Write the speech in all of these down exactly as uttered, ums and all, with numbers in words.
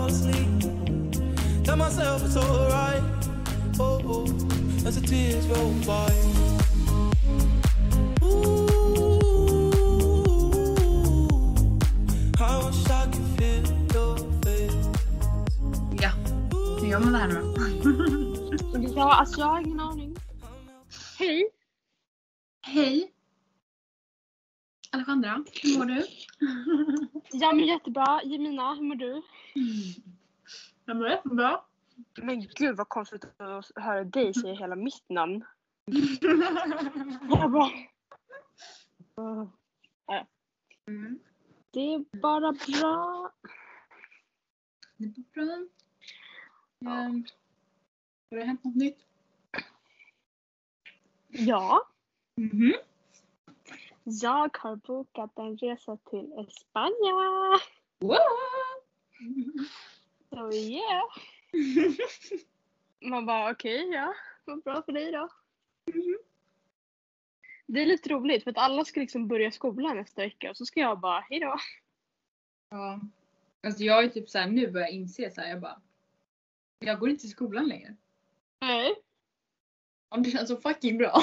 fall asleep. Tell myself it's alright. Oh, oh, as the tears roll by. Ooh, I wish I could feel your face. Ja, hur gör man det här nu då? Ja, alltså jag har ingen aning. Hej. Hej. Alejandra, hur mår du? Ja, men jättebra. Jemina, hur mår du? Jag mår jättebra. Men gud vad konstigt att höra dig säga hela mitt namn. Jag bara... Uh, äh. Mm. Det är bara bra. Det är bra. Um, har det hänt något nytt? Ja. Mhm. Jag har bokat en resa till Spanien. Wow! So yeah. Man bara okej, okay, ja. Vad bra för dig då. Mm. Det är lite roligt för att alla ska liksom börja skolan nästa vecka. Och så ska jag bara, hej då. Ja. Alltså jag är typ så här, nu börjar jag inse så här, jag bara. Jag går inte till skolan längre. Nej. Och det känns så fucking bra.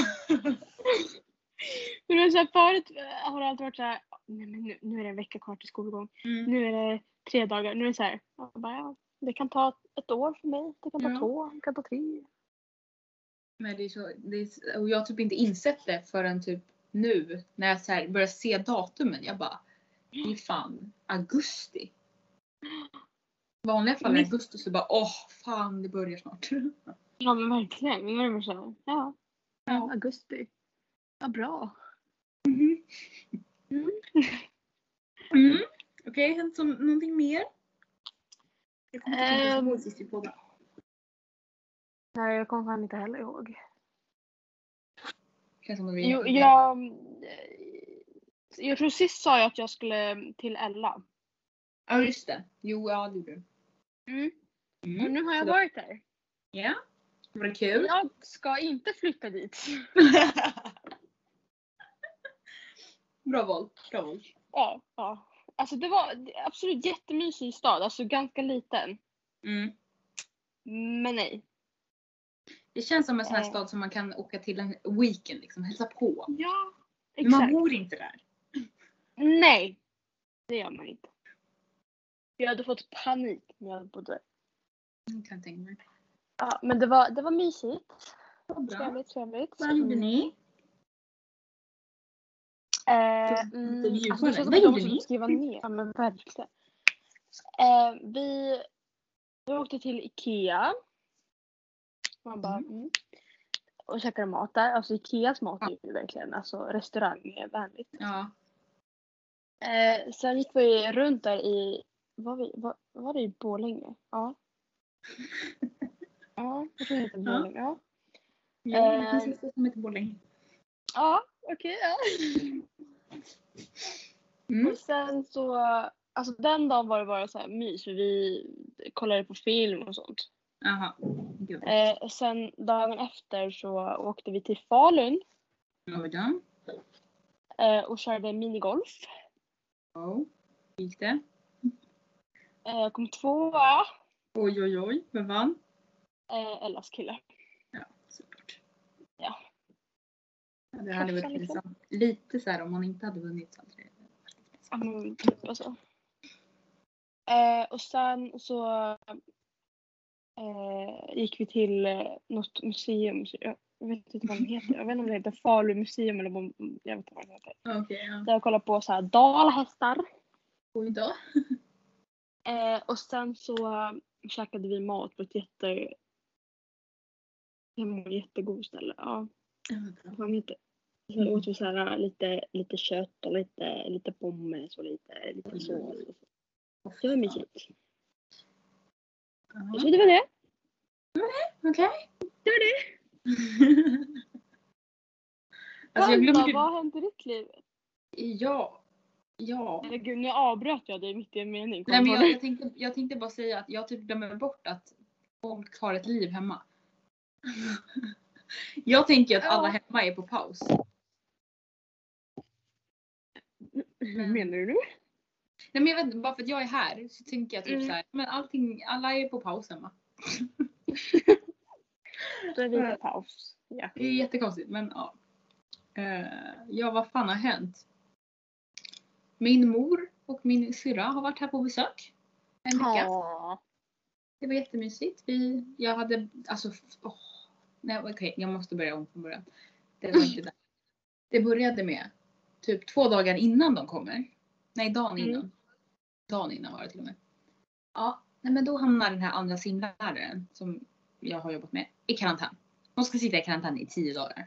Men det är så här, förut har det alltid varit så här, nej men nu, nu är det en vecka kvar till skolgång. Mm. Nu är det tre dagar. Nu är det så här, jag bara, ja, det kan ta ett år för mig. Det kan ta Ja. två, det kan ta tre. Men det är så, det är, och jag har typ inte insett det förrän typ nu. När jag så här börjar se datumen. Jag bara, det är fan augusti. I vanliga fall i augusti så bara, åh fan det börjar snart. Ja men verkligen. Men nu är det så här, ja, Ja. augusti. Ja, bra. Mm. Mm. Mm. Okej, okay, hänt som någonting mer? Jag kommer inte tänka Ehm. på sist i podden. Nej, jag kommer fan inte heller ihåg. Känns som att vi... Jo, jag, jag tror sist sa jag att jag skulle till Ella. Ja, just det. Jo, ja, det gjorde du. Mm. Mm. Och nu har jag Så då- varit där. Ja, var det kul? Jag ska inte flytta dit. Bra val, bra val. Ja, ja. Alltså det var absolut jättemysig stad. Alltså ganska liten. Mm. Men nej. Det känns som en sån här Eh. stad som man kan åka till en weekend, liksom hälsa på. Ja, Men man exakt. bor inte där. Nej, det gör man inte. Jag hade fått panik när jag bodde där. Jag kan tänka mig. Ja, men det var, det var mysigt. Vad bra. Trevligt, trevligt. Vad gjorde ni? Eh, Lite mm, djupare. alltså det känns som Vad att jag gjorde måste ni? skriva ner. Ja, men verkligen. Eh, vi, vi åkte till Ikea. Man bara, Mm. mm. Och käkade mat där. Alltså Ikeas mat är ju verkligen alltså, restaurangvänligt. Ja. Eh, sen gick vi runt där i, var, vi, var, var det i Borlänge? Ja. Ja, jag tror det heter Ja. Borlänge. Ja, Jo, det Eh. finns ett som heter Borlänge. ja okej. ja. Mm. Och sen så, alltså den dagen var det bara så här mys. För vi kollade på film och sånt. Jaha. Gud. Eh, sen dagen efter så åkte vi till Falun. Oj då. Eh, och körde minigolf. Oh. Gick det? Eh, kom tvåa. Oj, oj, oj. Vem vann? Eh, Ellas kille. Ja, såklart. Ja. Ja, det hade varit Krafsa, liksom. pinsamt. Lite så här om man inte hade vunnit. Så hade det varit lite pinsamt. Mm, typ alltså. Eh, och sen så eh, gick vi till eh, något museum. Jag vet inte vad det heter. Jag vet inte om det heter Falu museum eller vad, jag vet inte vad det heter. Okej, ja. Där jag kollade på så här dalhästar. Oj då. Eh, och sen så äh, käkade vi mat på ett jätte en jättegod ställe. Ja, vad heter det? Så åt vi så här lite lite kött och lite lite pommes och lite lite sås. Och så. Det var mysigt. Så det var det. Okej. Det var det. Alltså jag glömde... Vad har hänt i ditt liv? Ja. Ja. Eller gud, nu avbröt jag dig mitt i en mening. Nej, men jag, jag, tänkte, jag tänkte bara säga att jag typ glömmer bort att folk har ett liv hemma. Jag tänker att alla hemma är på paus. Hur menar du? Nej men jag vet inte, bara för att jag är här så tänker jag typ Mm. så här, men allting, alla är på paus hemma. Då är det lite paus. Ja. Det är jättekonstigt men ja. Uh, ja vad fan har hänt? Min mor och min syrra har varit här på besök. En vecka. Åh. Det var jättemysigt. Vi, jag hade, alltså, åh, nej okej, okay, jag måste börja om från början. Det var inte där. Det började med typ två dagar innan de kommer. Nej, dagen innan. Mm. Dagen innan var det till och med. Ja, nej, men då hamnar den här andra simläraren som jag har jobbat med i karantän. Hon ska sitta i karantän i tio dagar.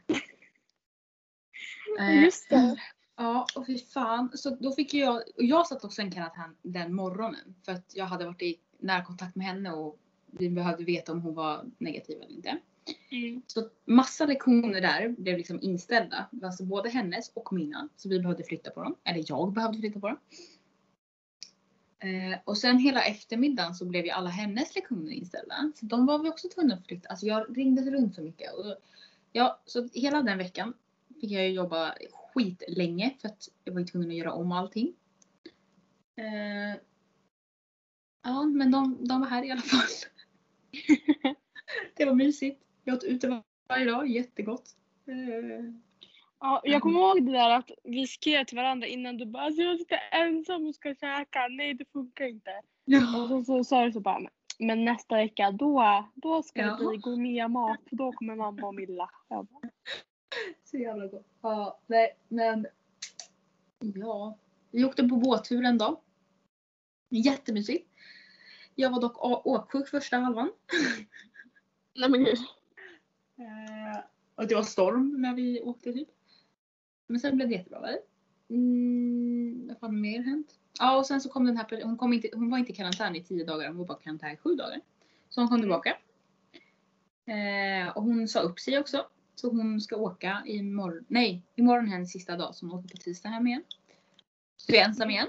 Just det. Eh, ja, och fy fan. Så då fick jag, och jag satt också i en karantän den morgonen. För att jag hade varit i närkontakt med henne och vi behövde veta om hon var negativ eller inte. Mm. Så massa lektioner där blev liksom inställda. Alltså både hennes och mina. Så vi behövde flytta på dem. Eller jag behövde flytta på dem. Eh, och sen hela eftermiddagen så blev ju alla hennes lektioner inställda. Så de var vi också tvungna att flytta. Alltså jag ringde runt så mycket. Och, ja, så hela den veckan fick jag ju jobba skitlänge. För att jag var tvungen att göra om allting. Eh, ja, men de, de var här i alla fall. Det var mysigt. Jag åt ute varje dag. Jättegott. Eh, Ja, jag kommer ihåg det där att vi skrev till varandra innan du bara alltså jag sitter ensam och ska käka. Nej, det funkar inte. ja. Och så, så sa du så bara men nästa vecka då, då ska Ja. det bli gourmetmat. För då kommer mamma och Milla. Jag bara, Så jävla gott. Ja, nej, men ja. Vi åkte på båtturen då. Jättemysigt. Jag var dock å- åksjuk första halvan. nej men gud. Eh, och det var storm när vi åkte typ. Men sen blev det jättebra, väl? Mm, vad fan mer hänt? Ja, och sen så kom den här, hon, kom inte, hon var inte i karantän i tio dagar, hon var bara i karantän i sju dagar. Så hon kom tillbaka. Eh, och hon sa upp sig också. Så hon ska åka imorgon, nej, imorgon är hennes sista dag, så hon åker på tisdag hem igen. Så jag är ensam igen.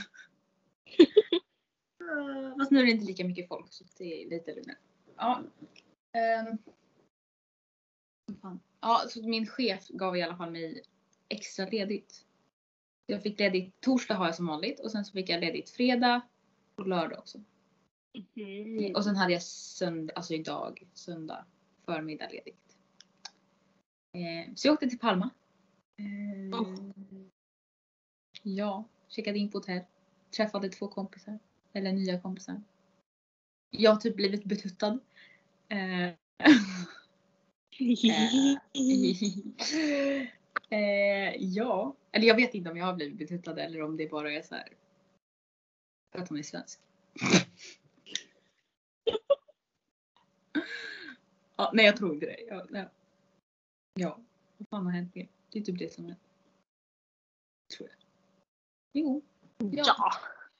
uh, fast nu är det inte lika mycket folk, så det är lite lugnare. Ja. Um, fan. Ja, så min chef gav i alla fall mig extra ledigt. Jag fick ledigt, torsdag har jag som vanligt. Och sen så fick jag ledigt fredag och lördag också. Mm. Och sen hade jag söndag, alltså idag, söndag förmiddag ledigt. Eh, så jag åkte till Palma. Eh, Oh. Ja, checkade in på hotell. Träffade två kompisar. Eller nya kompisar. Jag har typ blivit betuttad. Eh, eh, ja, eller jag vet inte om jag har blivit betuttad eller om det bara är så här för att hon är svensk. Ja, nej jag tror inte det. Ja, nej. Ja, vad fan har hänt med? Det är typ det som är. Tror jag. Jo. Ja. Ja.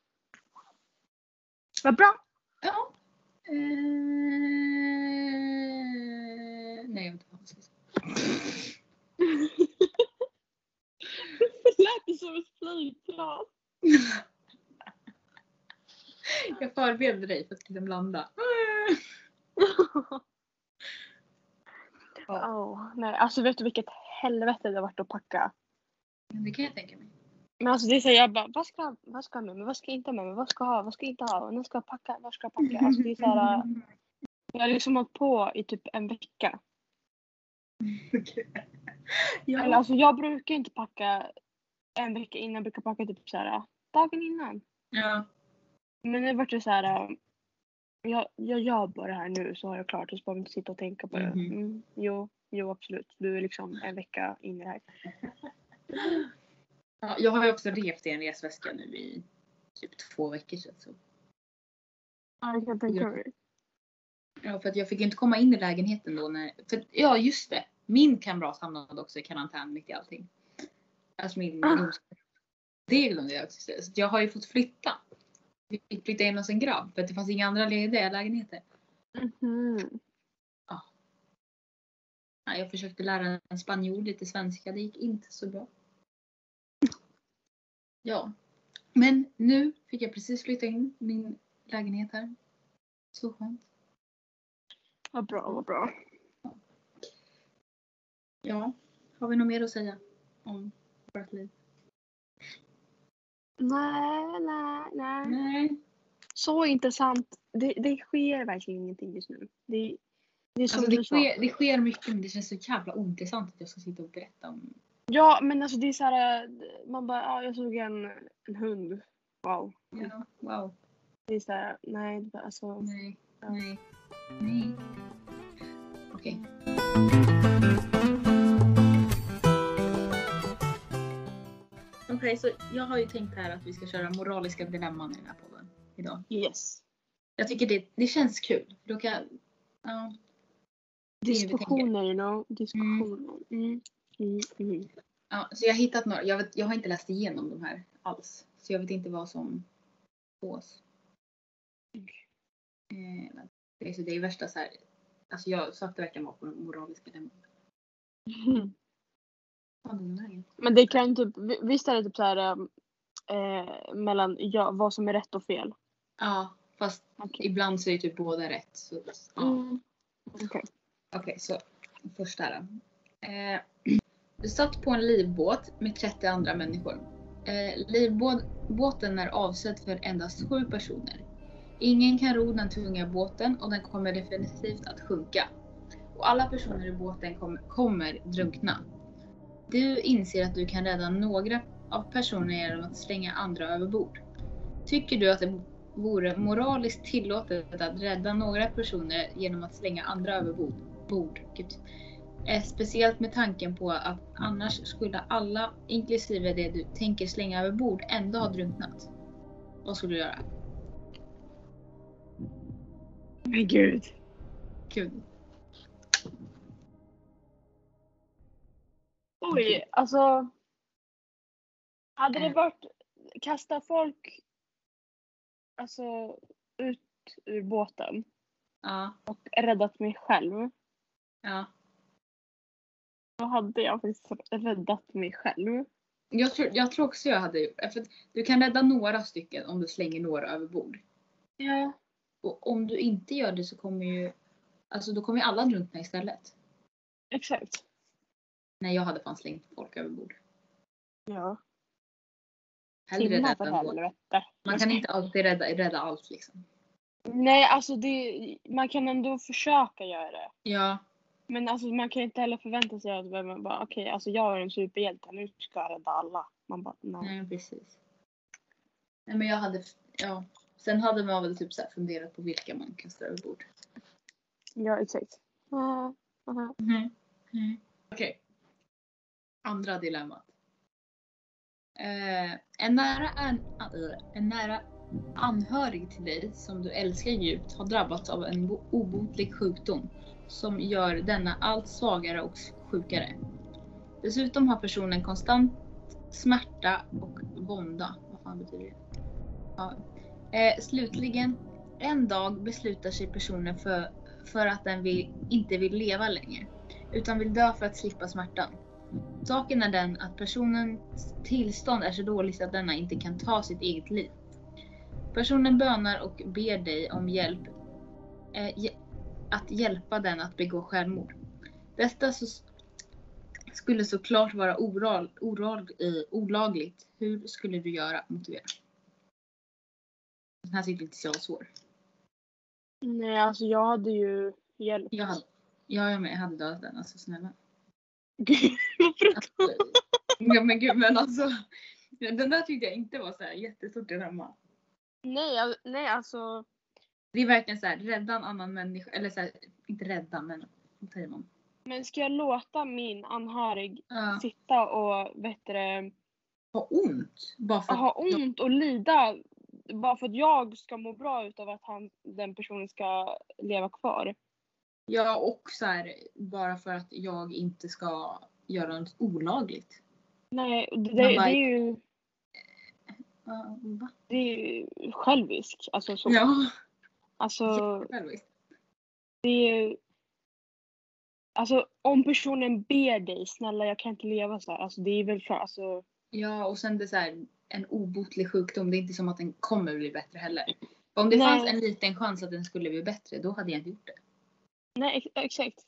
Vad bra. Ja. Eh, nej jag vet inte vad jag ska säga. Det lät ju som ett flygplan. Jag förbereder dig för att liksom landa. Ja. Oh, nej, alltså vet du vilket helvete det har varit att packa. Det kan jag tänka mig. Men alltså det är så jag bara, vad ska, vad ska jag med mig? Vad ska jag inte ha med mig? Vad ska jag ha? Vad ska jag inte ha? När ska jag packa? Var ska jag packa? Alltså det är så här, jag har liksom hållit på i typ en vecka. Ja. Eller alltså jag brukar inte packa en vecka innan. Jag brukar packa typ så här dagen innan. Ja. Men nu vart det så här, jag, jag gör bara det här nu så har jag klart. Och så behöver jag inte sitta och tänka på det. Mhm. Mm, jo, jo absolut. Du är liksom en vecka in i det här. Ja, jag har ju också revt i en resväska nu i typ två veckor sedan. Så. Ja, jag kan tänka mig. Ja, för att jag fick inte komma in i lägenheten då. När, för, ja, just det. Min kamrat hamnade också i karantän mitt i allting. Alltså min Ah. ah. Det glömde jag också säga. Så jag har ju fått flytta. Vi fick flytta in hos en grabb. För att det fanns inga andra lediga lägenheter. Mhm. Ja, jag försökte lära en spanjor lite svenska. Det gick inte så bra. Ja. Men nu fick jag precis flytta in min lägenhet här. Så skönt. Vad bra, vad bra. Ja. Har vi något mer att säga om vårt liv? Nej, nej, nej. Nej. Så intressant. Det, det sker verkligen ingenting just nu. Det, det är som Alltså du det sa. sker, det sker mycket, men det känns så jävla ointressant att jag ska sitta och berätta om. Ja, men alltså det är så här. Man bara, ja, jag såg en, en hund. Wow. Ja, wow. Det är så här, nej, det bara, alltså. Nej, Ja. nej, nej. Okej. Okej, så jag har ju tänkt här att vi ska köra moraliska dilemman i den här podden idag. Yes. Jag tycker det, det känns kul. Då kan, ja. Det är det vi tänker. Diskussioner, you know. Diskussioner. Mm. Mm. Mm. Ja, så jag har hittat några. Jag, vet, jag har inte läst igenom de här alls. Så jag vet inte vad som fås. Eh, det, är så det är värsta så här. Alltså jag sökte verkligen vara på moraliska dilemman. Mm. Ja, den här. Men det kan typ, visst är det typ så här eh, mellan ja, vad som är rätt och fel. Ja, fast Okej. ibland så är typ båda rätt. Så, ja. Mm. Okej. Okej, så först här då. Eh, du satt på en livbåt med trettio andra människor. Eh, livbåten är avsedd för endast sju personer. Ingen kan ro den tunga båten och den kommer definitivt att sjunka. Och alla personer i båten kom, kommer drunkna. Du inser att du kan rädda några av personerna genom att slänga andra över bord. Tycker du att det vore moraliskt tillåtet att rädda några personer genom att slänga andra över bord? bord. Eh, speciellt med tanken på att annars skulle alla, inklusive det du tänker slänga över bord, ändå ha drunknat. Vad skulle du göra? Men gud. Gud. Oj, alltså. Hade det Eh. varit kasta folk alltså ut ur båten Ja, och räddat mig själv. ja. Då hade jag faktiskt räddat mig själv. Jag tror, jag tror också jag hade gjort det. För att du kan rädda några stycken om du slänger några över bord. Ja. Och om du inte gör det så kommer ju, alltså då kommer ju alla drunkna istället. Exakt. Nej, jag hade fan slängt folk över bord. Ja. Hellre Timma rädda för några. helvete. Man kan inte alltid rädda, rädda allt liksom. Nej, alltså det, man kan ändå försöka göra det. Ja. Men alltså man kan inte heller förvänta sig att man bara okej, okay, alltså jag är en superhjälte, nu ska jag rädda alla. Man bara nej. Nej, precis. Nej, men jag hade, ja. Sen hade man väl typ så här funderat på vilka man kastar över bord. Ja, exakt. Uh, uh-huh. Mm. Mm. Okej. Okay. Andra dilemmat. Eh, en, nära an, en nära anhörig till dig som du älskar djupt har drabbats av en obotlig sjukdom som gör denna allt svagare och sjukare. Dessutom har personen konstant smärta och vånda. Vad fan betyder det? Ja. Eh, slutligen, en dag beslutar sig personen för, för att den vill, inte vill leva längre, utan vill dö för att slippa smärtan. Saken är den att personens tillstånd är så dåligt att denna inte kan ta sitt eget liv. Personen bönar och ber dig om hjälp eh, att hjälpa den att begå självmord. Detta så skulle såklart vara oral, oral, eh, olagligt. Hur skulle du göra? Motivera. Den här tycker inte så svår. Nej, alltså jag hade ju hjälpt. Jag hade, ja, jag med. Jag hade dödat den. Alltså snälla. Gud, vad fruktansvärt. Ja, men gud, men alltså. Den där tyckte jag inte var så här jättestort dilemma. Nej, nej alltså. Det är verkligen så här, rädda en annan människa. Eller så här, inte rädda, men vad säger man? Men ska jag låta min anhörig Ja. sitta och vet du, Ha ont? Bara för att ha ont och lida. Bara för att jag ska må bra utav att han, den personen ska leva kvar. Ja, och så här, bara för att jag inte ska göra något olagligt. Nej, det, bara, det är ju uh, va? det är ju självisk. Alltså så. Ja. Alltså Själviskt. det är ju, alltså om personen ber dig, snälla jag kan inte leva så här. Alltså det är väl klart, alltså. Ja, och sen det är så här, en obotlig sjukdom. Det är inte som att den kommer bli bättre heller. Om det Nej. fanns en liten chans att den skulle bli bättre, då hade jag inte gjort det. Nej, ex- exakt.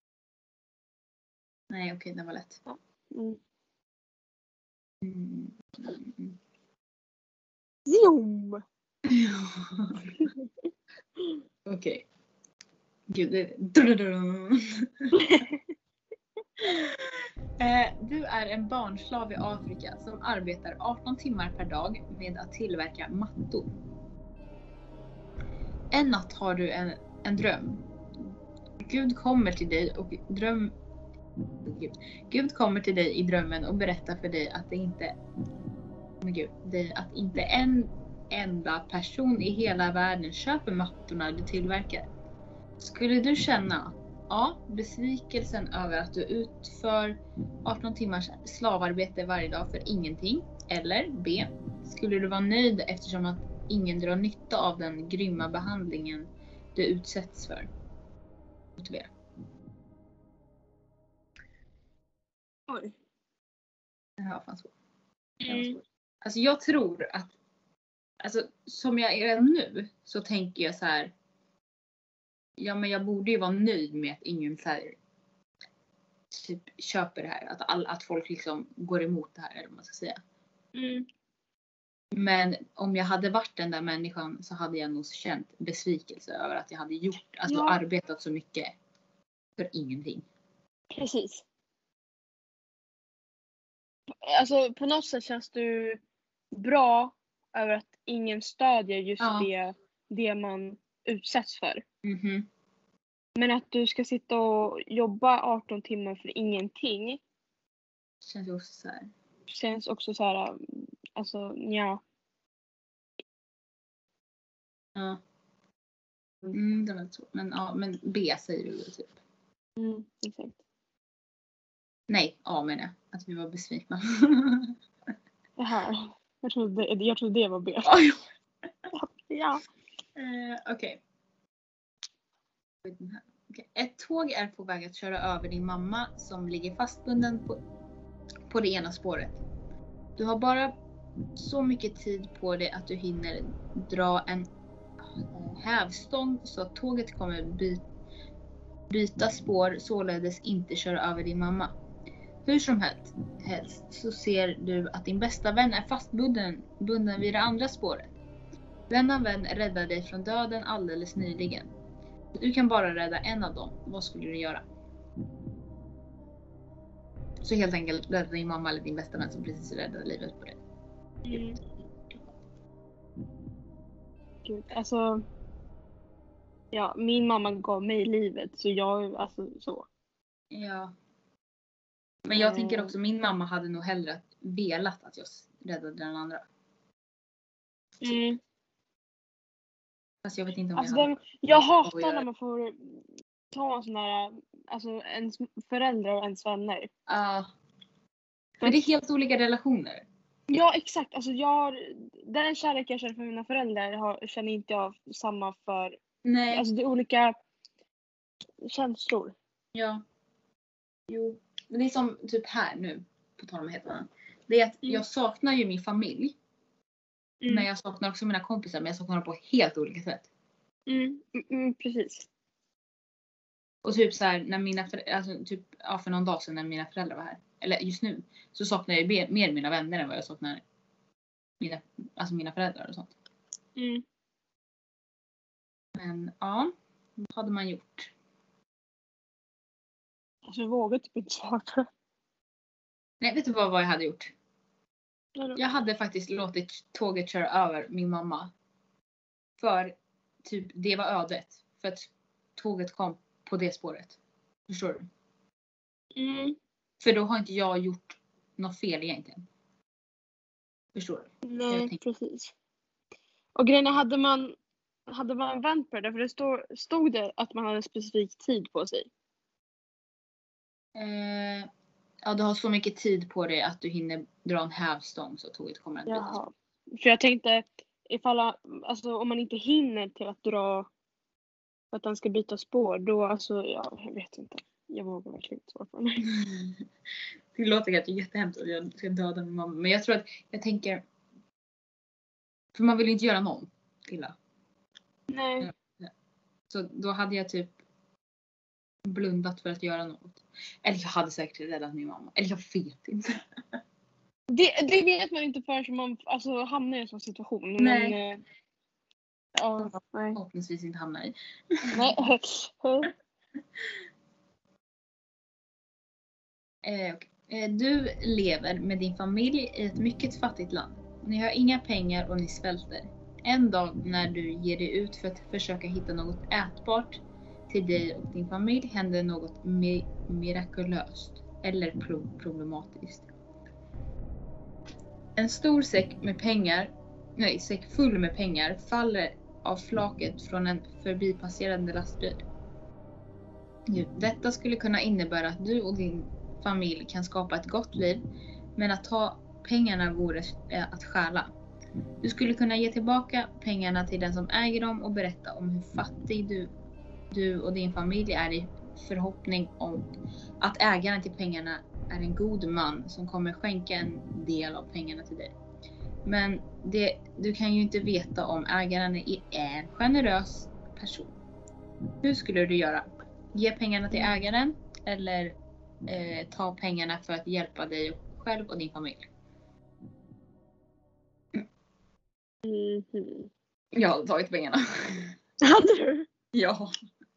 Nej, okej, den var lätt. Mm. Mm. Mm. Zoom! Okej. Okay. Gud, det... Du är en barnslav i Afrika som arbetar arton timmar per dag med att tillverka mattor. En natt har du en, en dröm. Gud kommer till dig och dröm... Gud. Gud kommer till dig i drömmen och berättar för dig att det inte... Men Gud, dig att inte en enda person i hela världen köper mattorna du tillverkar. Skulle du känna A. Besvikelsen över att du utför arton timmars slavarbete varje dag för ingenting? Eller B. Skulle du vara nöjd eftersom att ingen drar nytta av den grymma behandlingen du utsätts för? Motivera. Oj. Det här var fan svårt. Mm. Alltså jag tror att alltså som jag är nu så tänker jag så här. Ja, men jag borde ju vara nöjd med att ingen så här, typ köper det här. Att, all, att folk liksom går emot det här, eller vad man ska säga. Mm. Men om jag hade varit den där människan så hade jag nog känt besvikelse över att jag hade gjort, alltså Ja. arbetat så mycket för ingenting. Precis. Alltså på något sätt känns du bra över att ingen stödjer just Ja. det, det man utsätts för. Mhm. Men att du ska sitta och jobba arton timmar för ingenting Känns ju också så här. känns också så här, alltså ja. Ja. Mm, det var så. Men ja, men B säger du ju typ. Mm, exakt. Nej, A menar jag. Att vi var besvikna. Det här. Jag trodde, jag trodde det var B. Oj. Ja. Eh, Okej. Okay. Ett tåg är på väg att köra över din mamma som ligger fastbunden på, på det ena spåret. Du har bara så mycket tid på dig att du hinner dra en hävstång så att tåget kommer by, byta spår, således inte köra över din mamma. Hur som helst, helst så ser du att din bästa vän är fastbunden bunden vid det andra spåret. Denna vän räddade dig från döden alldeles nyligen. Du kan bara rädda en av dem. Vad skulle du göra? Så helt enkelt rädda din mamma eller din bästa vän som precis räddade livet på dig. Mm. Gud, alltså. Ja, min mamma gav mig livet så jag, alltså så. Ja. Men jag Mm. tänker också, min mamma hade nog hellre velat att jag räddade den andra. Mm. Fast jag vet inte om Alltså, jag hade... den, jag att hatar göra. när man får ta en sån där, alltså ens föräldrar och ens vänner. Ja. För det är helt olika relationer. Ja, exakt. Alltså jag har, den kärlek jag känner för mina föräldrar har, känner inte jag samma för. Nej. Alltså det är olika känslor. Ja. Jo. Men det är som typ här nu, på tal om heterna. Det är att Mm. jag saknar ju min familj. Mm. Men jag saknar också mina kompisar. Men jag saknar dem på helt olika sätt. Mm. Mm, mm, precis. Och typ så här, när mina föräldrar, alltså typ ja, för någon dag sedan när mina föräldrar var här. Eller just nu. Så saknar jag mer, mer mina vänner än vad jag saknar mina, alltså mina föräldrar och sånt. Mm. Men ja, vad hade man gjort? Alltså jag vågar typ inte svara på det. Nej, vet du vad, vad jag hade gjort? Nej, Jag hade faktiskt låtit tåget köra över min mamma. För typ det var ödet. För att tåget kom på det spåret. Förstår du? Mm. För då har inte jag gjort något fel egentligen. Förstår du? Nej, Jag tänkte- precis. Och grejen är, hade man hade man vänt på det, för det stod, stod det att man hade en specifik tid på sig. Eh, ja, du har så mycket tid på dig att du hinner dra en hävstång så tåget kommer att bytas. Jaha. För jag tänkte, ifall, alltså, om man inte hinner till att dra för att den ska byta spår, då alltså, ja, jag vet inte. Jag vågar verkligen inte svara på det. Det låter kanske jättehemskt att jag ska döda min mamma. Men jag tror att, jag tänker, för man vill inte göra någon illa. Nej. Så då hade jag typ blundat för att göra något. Eller jag hade säkert räddat min mamma. Eller jag vet inte. Det, det vet man inte förrän man alltså, hamnar i en sån situation. Nej. Men, eh, ja, nej. Förhoppningsvis inte hamnar i. nej. Eh, okej. Eh, Du lever med din familj i ett mycket fattigt land. Ni har inga pengar och ni svälter. En dag när du ger dig ut för att försöka hitta något ätbart till dig och din familj händer något mi- mirakulöst eller pro- problematiskt. En stor säck med pengar, nej, säck full med pengar faller av flaket från en förbipasserande lastbil. Detta skulle kunna innebära att du och din familj kan skapa ett gott liv, men att ta pengarna vore att stjäla. Du skulle kunna ge tillbaka pengarna till den som äger dem och berätta om hur fattig du, du och din familj är i förhoppning om att ägaren till pengarna är en god man som kommer skänka en del av pengarna till dig. Men det, du kan ju inte veta om ägaren är en generös person. Hur skulle du göra? Ge pengarna till ägaren eller eh, ta pengarna för att hjälpa dig själv och din familj? Mm-hmm. Jag hade tagit pengarna. Hade du? Ja.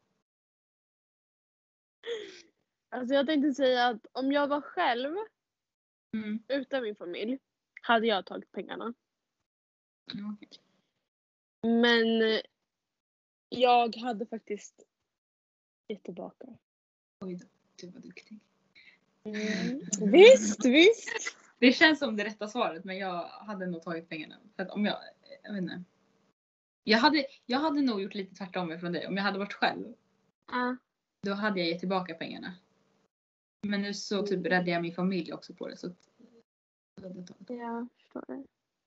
Alltså jag tänkte säga att om jag var själv Mm. utan min familj hade jag tagit pengarna. Okay. Men jag hade faktiskt gett tillbaka. Oj då, du var duktig. Mm. Visst, visst. Det känns som det rätta svaret, men jag hade nog tagit pengarna. För att om jag, jag vet inte. Jag hade, jag hade nog gjort lite tvärtom från dig. Om jag hade varit själv. Uh. Då hade jag gett tillbaka pengarna. Men nu så typ räddade jag min familj också på det. Så att, jag förstår det.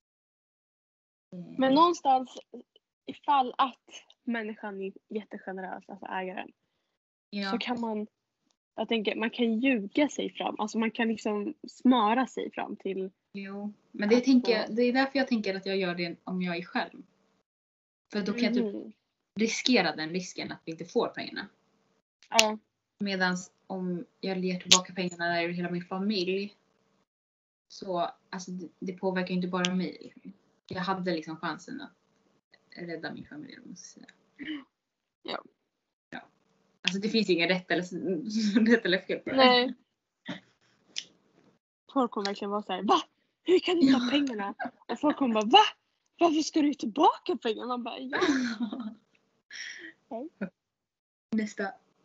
Men någonstans ifall att människan är jättegenerös, alltså ägaren. Ja. Så kan man, jag tänker, man kan ljuga sig fram. Alltså man kan liksom smara sig fram till. Jo, men det, alltså, tänker jag, det är därför jag tänker att jag gör det om jag är själv. För då kan jag typ mm. riskera den risken att vi inte får pengarna. Ja. Medan om jag ger tillbaka pengarna när det är hela min familj. Så alltså, det, det påverkar inte bara mig. Jag hade liksom chansen att rädda min familj. Måste säga. Ja. Ja. Alltså det finns inga rätt eller, rätt eller fel på det. Nej. Folk kommer verkligen vara så här: va? Hur kan du ta Ja. pengarna? Och folk kommer bara: va? Varför ska du tillbaka pengarna? Man bara, ja. Okay. Nästa.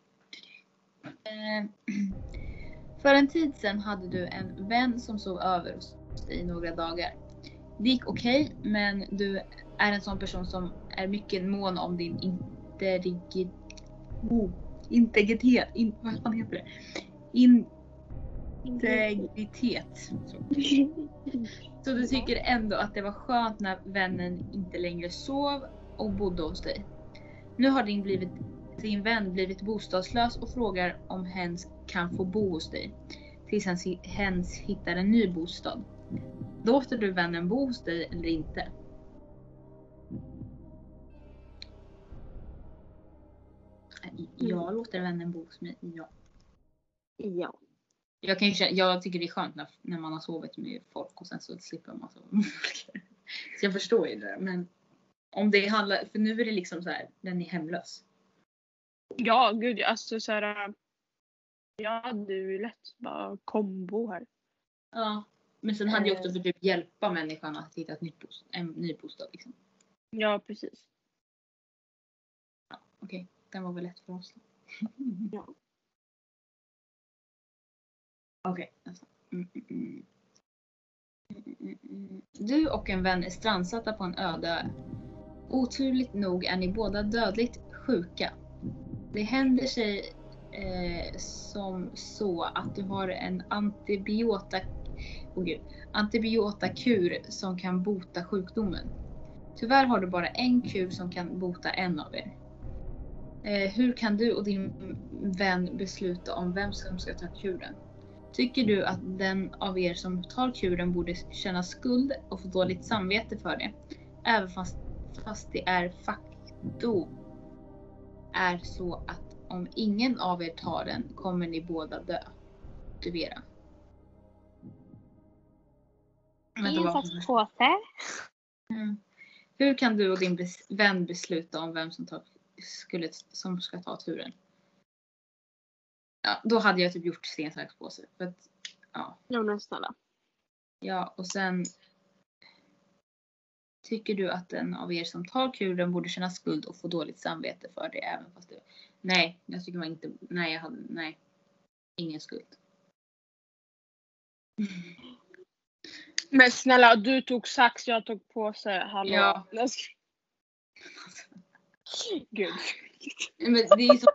Eh, för en tid sedan hade du en vän som sov över hos dig i några dagar. Det gick okej, okay, men du är en sån person som är mycket mån om din integritet. Oh, integritet. In, vad fan heter det? In, integritet. Så. Så du tycker ändå att det var skönt när vännen inte längre sov och bodde hos dig. Nu har din, blivit, din vän blivit bostadslös och frågar om hens kan få bo hos dig. Tills hens, hens hittar en ny bostad. Låter du vännen bo hos dig eller inte? Jag låter vännen bo hos mig, ja. Ja. Jag, kan ju, jag tycker det är skönt när, när man har sovit med folk och sen så slipper man sova med folk. Så jag förstår ju det. Men om det handlar, för nu är det liksom så här, den är hemlös. Ja, gud, alltså så här. Jag hade ju lätt bara kombo här. Ja, men sen hade jag också för typ hjälpa människan att hitta ett nytt bostad, en ny bostad liksom. Ja, precis. Ja, okej, okay. Den var väl lätt för oss. Ja. Okej, okay, alltså. mm, mm, mm. Mm, mm. Du och en vän är strandsatta på en öde ö. Oturligt nog är ni båda dödligt sjuka. Det händer sig eh, som så att du har en antibiota, oh Gud, antibiotakur som kan bota sjukdomen. Tyvärr har du bara en kur som kan bota en av er. Eh, hur kan du och din vän besluta om vem som ska ta kuren? Tycker du att den av er som tar kuren borde känna skuld och få dåligt samvete för det? Även fast, fast det är faktum är så att om ingen av er tar den kommer ni båda dö. Motivera. Insatspåse. Mm. Hur kan du och din bes- vän besluta om vem som, tar, skulle, som ska ta turen? Ja, då hade jag typ gjort sten, sax, påse. För att, ja. Ja, men snälla. Ja, och sen tycker du att den av er som tar kuren borde känna skuld och få dåligt samvete för det även fast du... Nej, jag tycker man inte... Nej, jag hade... Nej. Ingen skuld. Men snälla, du tog sax, jag tog påse. Hallå. Ja. Gud. Men det är så...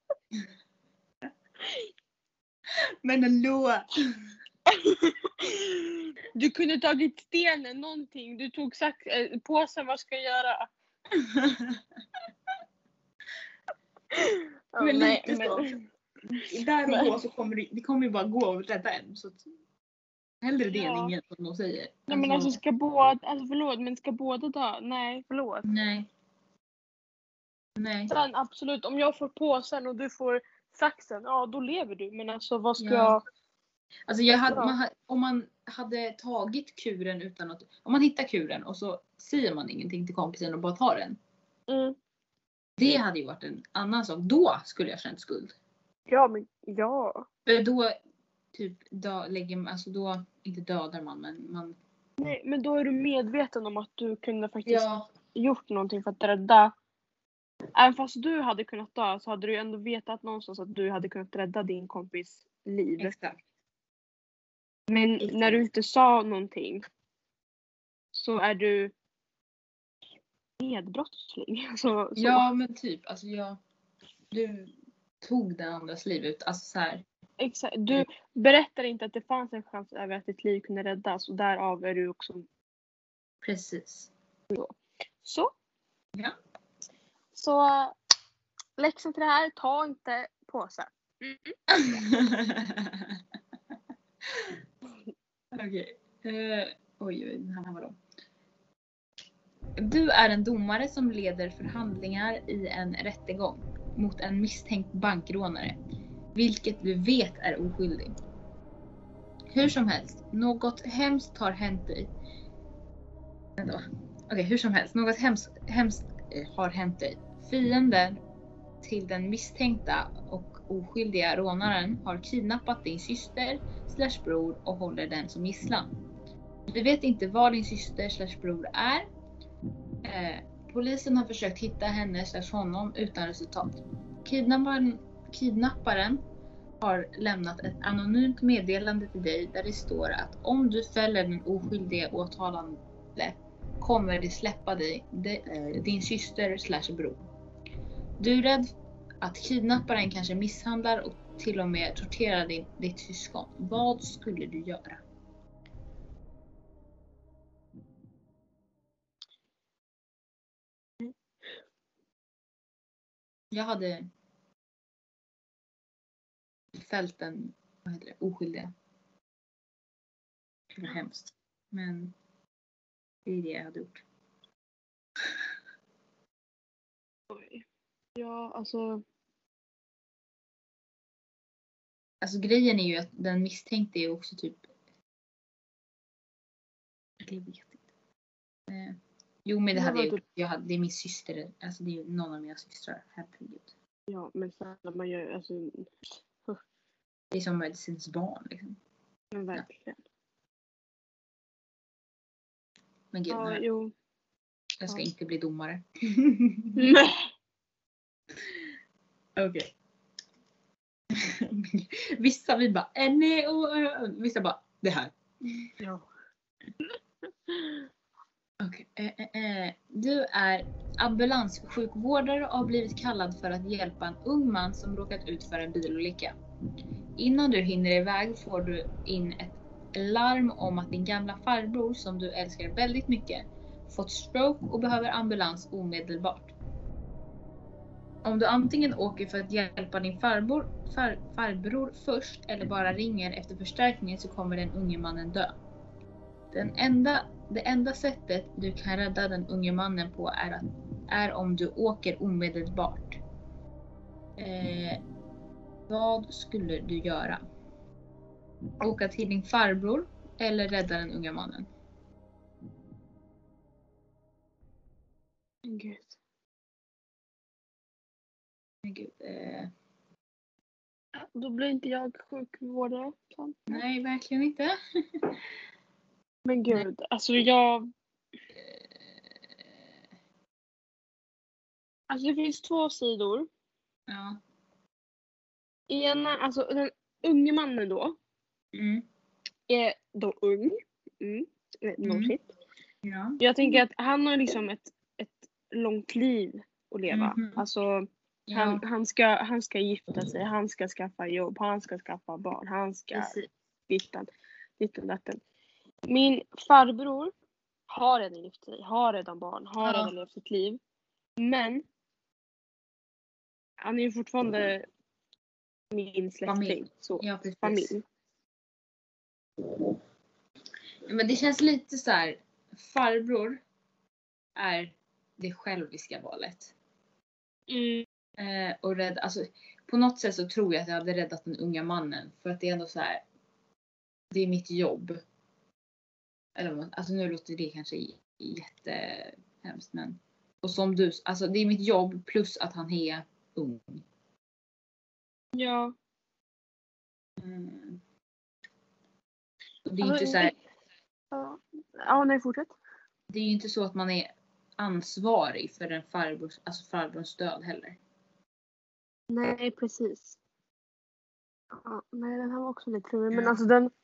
Men hallå! Du kunde tagit stenen, någonting. Du tog sax, äh, påsen, vad ska jag göra? Men Ja, nej, lite så. men... Där och Men- då så kommer det, det kommer ju bara gå och rädda en. Så att, hellre det Ja. än ingen som de säger. Nej, men alltså ska båda, alltså förlåt, men ska båda dö? Nej, förlåt. Nej. Nej. Sen absolut, om jag får påsen och du får saxen, ja då lever du. Men alltså vad ska Ja. jag... Alltså jag hade, Ja. man, ha- om man hade tagit kuren utan att... Om man hittar kuren och så säger man ingenting till kompisen och bara tar den. Mm. Det hade ju varit en annan sak. Då skulle jag känt skuld. Ja, men ja. För då typ dö, lägger man, alltså då inte dödar man men man... Nej, men då är du medveten om att du kunde faktiskt Ja. gjort någonting för att rädda. Även fast du hade kunnat dö så hade du ändå vetat någonstans att du hade kunnat rädda din kompis liv. Exakt. Men Exakt. när du inte sa någonting så är du medbrottsling. Så, så. Ja men typ alltså jag... Du tog den andras liv ut. Alltså så här. Exakt. Du berättar inte att det fanns en chans över att ditt liv kunde räddas och därav är du också Precis. så. Ja. Så läxan till det här, ta inte påse. Okej. Eh, oj, oj, den här var då. Du är en domare som leder förhandlingar i en rättegång mot en misstänkt bankrånare, vilket du vet är oskyldig. Hur som helst, något hemskt har hänt dig. Vänta, va? Okej, hur som helst, något hemskt, hemskt eh, har hänt dig. Fienden till den misstänkta och oskyldiga rånaren har kidnappat din syster slash bror och håller den som gisslan. Du vet inte var din syster slash bror är. Eh, polisen har försökt hitta henne slash honom utan resultat. Kidnapparen, kidnapparen har lämnat ett anonymt meddelande till dig där det står att om du fäller den oskyldiga åtalande kommer det släppa dig, de, eh, din syster slash bror. Du är rädd att kidnapparen kanske misshandlar och till och med torterar din, ditt syskon. Vad skulle du göra? Jag hade fällt den, vad heter det, oskyldiga. Det var hemskt. Men det är det jag hade gjort. Oj. Ja, alltså. Alltså grejen är ju att den misstänkte är också typ... Jag vet inte. Eh, jo men det Det hade var jag gjort. typ- Jag hade, det är min syster. Alltså det är ju någon av mina systrar. Herregud. Ja, men snälla man gör alltså. Det är som medicins barn liksom. Men verkligen. Men gud, Ja, nej, jo. jag ska ja. inte bli domare. Nej. Okej. Vissa vi bara, äh, nej, och, äh, vissa bara, det här. Ja. Okej. Eh, eh, eh. Du är ambulanssjukvårdare och har blivit kallad för att hjälpa en ung man som råkat ut för en bilolycka. Innan du hinner iväg får du in ett larm om att din gamla farbror som du älskar väldigt mycket fått stroke och behöver ambulans omedelbart. Om du antingen åker för att hjälpa din farbror, far, farbror först eller bara ringer efter förstärkning så kommer den unge mannen dö. Den enda, det enda sättet du kan rädda den unge mannen på är, att, är om du åker omedelbart. Eh, vad skulle du göra? Åka till din farbror eller rädda den unga mannen? Gud. Men gud. Eh, Då blir inte jag sjukvårdare. Så. nej, verkligen inte. Men gud, alltså jag... Eh, Alltså det finns två sidor. ja. Ena, alltså den unge mannen då. Mm. Är då ung. Mm. No Mm. shit. Ja. Jag tänker att han har liksom ett, ett långt liv att leva. Mhm. Alltså Ja. han, han, ska, han ska gifta sig, han ska skaffa jobb, han ska skaffa barn, han ska Precis. dittan, dittan, datten. Min farbror har redan gift sig, har redan barn, har Ja. redan levt sitt liv. Men han är ju fortfarande min släkting. Familj. Så, Ja, precis. familj. Men det känns lite så här. Farbror är det själviska valet. Mm. Eh, och rädd, alltså, på något sätt så tror jag att jag hade räddat den unga mannen. För att det är ändå så här. Det är mitt jobb. Eller, alltså nu låter det kanske jättehemskt. Men, och som du, alltså det är mitt jobb plus att han är ung. Ja. Mm. Och det är ju Alltså, inte så här, Ja, ja nej, fortsätt. det är ju inte så att man är ansvarig för en farbrors, alltså farbrors död heller. Nej, precis. Ja, nej, den här var också lite trubbig. Men Ja. alltså den...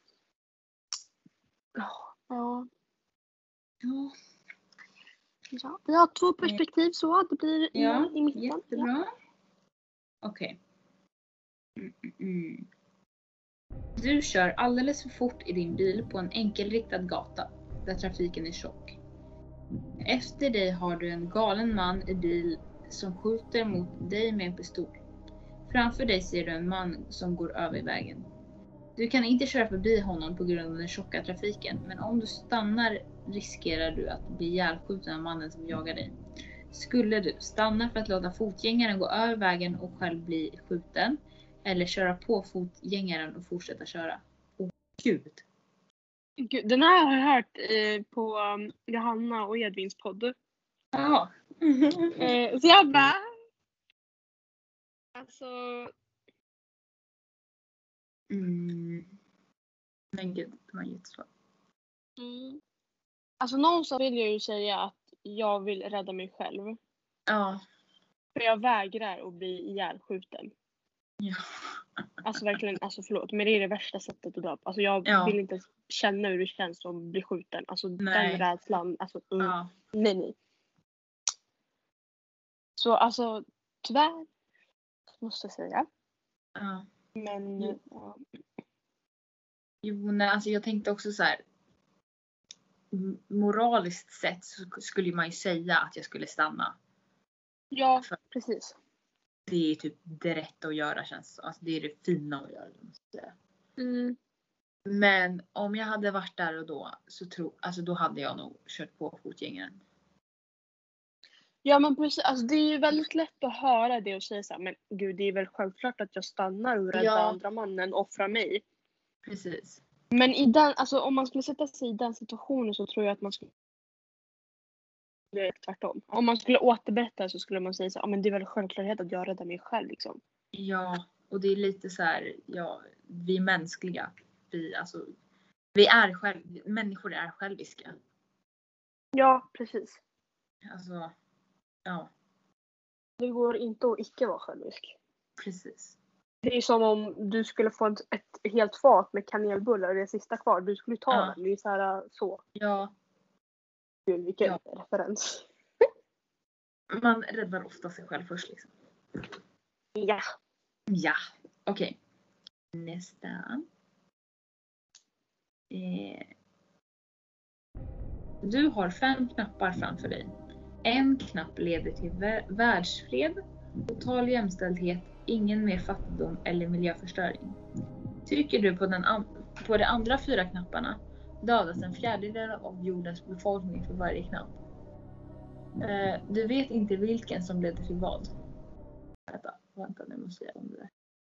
Ja. Ja. Ja, Ja. Vi har två perspektiv så. Det blir ja noll i mitten. jättebra. Okej. Mm, mm, mm. Du kör alldeles för fort i din bil på en enkelriktad gata där trafiken är tjock. Efter dig har du en galen man i bil som skjuter mot dig med en pistol. Framför dig ser du en man som går över vägen. Du kan inte köra förbi honom på grund av den tjocka trafiken, men om du stannar riskerar du att bli ihjälskjuten av mannen som jagar dig. Skulle du stanna för att låta fotgängaren gå över vägen och själv bli skjuten, eller köra på fotgängaren och fortsätta köra? Åh gud. Gud, den här har jag hört eh, på um, Johanna och Edvins podd. Ja. Eh, så jag bara... Alltså... Mm. Men gud, det var jättesvårt. Mm. Alltså någonstans vill jag ju säga att jag vill rädda mig själv. Ja. För jag vägrar att bli ihjälskjuten. Ja. Alltså verkligen, alltså förlåt. Men det är det värsta sättet att dö på. Alltså jag Ja. vill inte ens känna hur det känns att bli skjuten. Alltså Nej. den rädslan. Alltså mm, Ja. nej nej. Så alltså tyvärr. Måste jag säga. Ja. Men Jo. ja. Jo, nej, alltså jag tänkte också så här. m- Moraliskt sett så skulle man ju säga att jag skulle stanna. Ja, För- precis. Det är typ det rätta att göra, känns det. Alltså det är det fina att göra. måste jag säga. Mm. Men om jag hade varit där och då så tro, alltså då hade jag nog kört på fotgängaren. Ja men precis, alltså det är ju väldigt lätt att höra det och säga så här, men gud det är väl självklart att jag stannar och räddar Ja. andra mannen och offrar mig. Precis. Men i den, alltså om man skulle sätta sig i den situationen så tror jag att man skulle göra tvärtom. Om man skulle återberätta så skulle man säga så här, ja men det är väl självklarhet att jag räddar mig själv liksom. Ja, och det är lite så här, ja, vi är mänskliga. Vi, alltså, vi är själv, människor är själviska. Ja, precis. Alltså, ja, Det går inte att icke vara självisk. precis. Det är som om du skulle få ett, ett helt fat med kanelbullar och det är sista kvar. Du skulle ta Ja. den. Det är så här så. Ja, Gud, vilken Ja. referens. man räddar ofta sig själv först liksom. Ja. Ja, okej. Nästa. Eh. Du har fem knappar framför dig. En knapp leder till vä- världsfred, total jämställdhet, ingen mer fattigdom eller miljöförstöring. Trycker du på, den an- på de andra fyra knapparna dödas en fjärdedel av jordens befolkning för varje knapp. Eh, du vet inte vilken som leder till vad. Vänta, vänta nu måste jag om det där.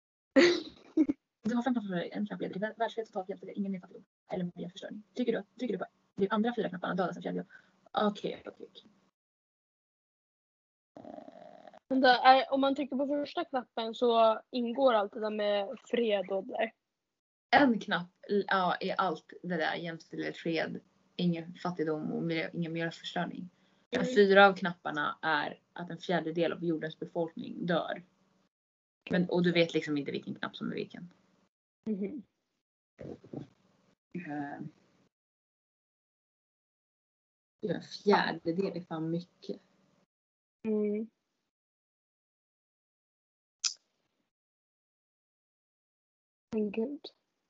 Du har fem knappar för dig, en knapp leder till vä- världsfred, total jämställdhet, ingen mer fattigdom eller miljöförstöring. Trycker du, trycker du på de andra fyra knapparna dödas en fjärdedel. Okej, okej, okej. Men det är, om man trycker på första knappen så ingår allt det där med fred och där. En knapp ja, är allt det där. Jämställdhet, fred, ingen fattigdom och miljö, ingen miljöförstöring. Men Mm. fyra av knapparna är att en fjärdedel av jordens befolkning dör. Men, och du vet liksom inte vilken knapp som är vilken. Mhm. Uh, en fjärdedel är fan mycket. Mm. Men gud.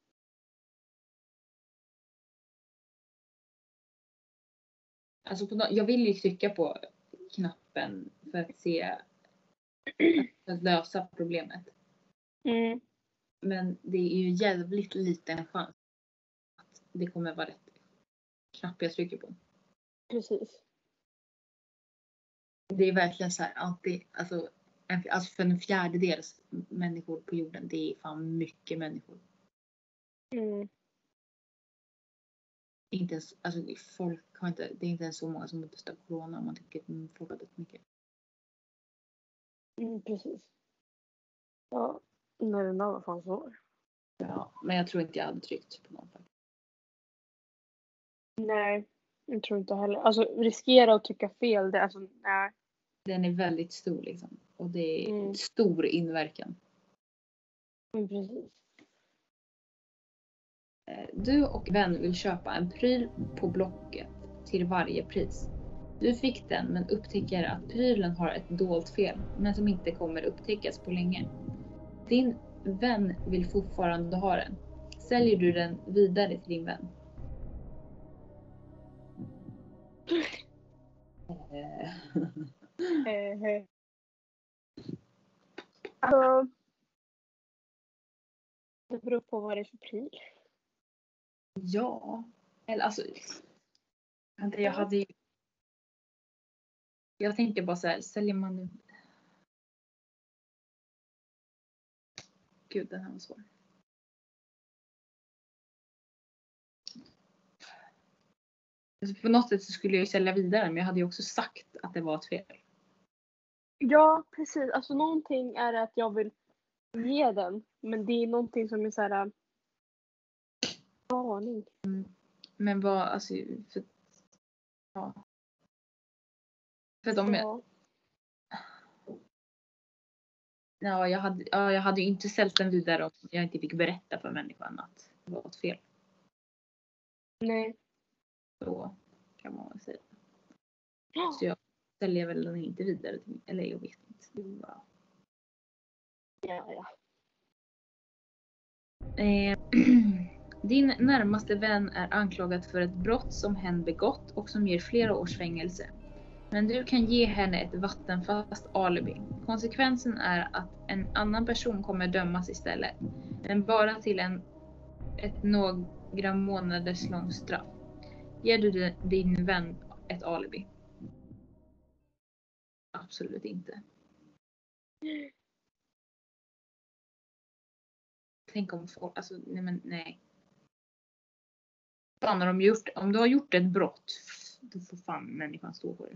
Alltså på, no- jag vill ju trycka på knappen för att se för att lösa problemet. Mm. Men det är ju jävligt liten chans att det kommer vara rätt knapp jag trycker på. Precis. Det är verkligen så här alltid, alltså, en, alltså för en fjärdedel människor på jorden, det är fan mycket människor. Mm. Inte ens, alltså folk har inte, det är inte ens så många som dött av corona om man tycker att folk har dött mycket. Mm, precis. Ja, nej, den där var fan svår. Ja, men jag tror inte jag hade tryckt på någon faktiskt. Nej, jag tror inte heller. Alltså riskera att trycka fel, det, alltså nej. Den är väldigt stor liksom. Och det är Mm. stor inverkan. Mm, precis. Du och vän vill köpa en pryl på Blocket till varje pris. Du fick den men upptäcker att prylen har ett dolt fel men som inte kommer upptäckas på länge. Din vän vill fortfarande ha den. Säljer du den vidare till din vän? Eh, eh. Alltså, det beror på vad det är för pryl. Ja. Eller alltså. Jag hade ju. Jag tänker bara så här. Säljer man nu. Gud, den här var svår. Alltså på något sätt så skulle jag ju sälja vidare. Men jag hade ju också sagt att det var ett fel. Ja, precis. Alltså någonting är att jag vill ge den. Men det är någonting som är så här. Aning. Mm. Men vad, alltså. För, ja. För att om jag. Ja. Ja, jag hade, ja, jag hade ju inte sålt den vidare om jag inte fick berätta för människan att det var ett fel. Nej. Så kan man väl säga. Ja. Så jag säljer väl den inte vidare till, eller jag vet inte. Det är bara... Ja, ja. Eh, din närmaste vän är anklagad för ett brott som hen begått och som ger flera års fängelse. Men du kan ge henne ett vattenfast alibi. Konsekvensen är att en annan person kommer dömas istället. Men bara till en, ett några månaders långt straff. Ger du din vän ett alibi? Absolut inte. Tänk om folk, alltså nej men nej. Fan, har de gjort, om du har gjort ett brott, då får fan människan stå på det.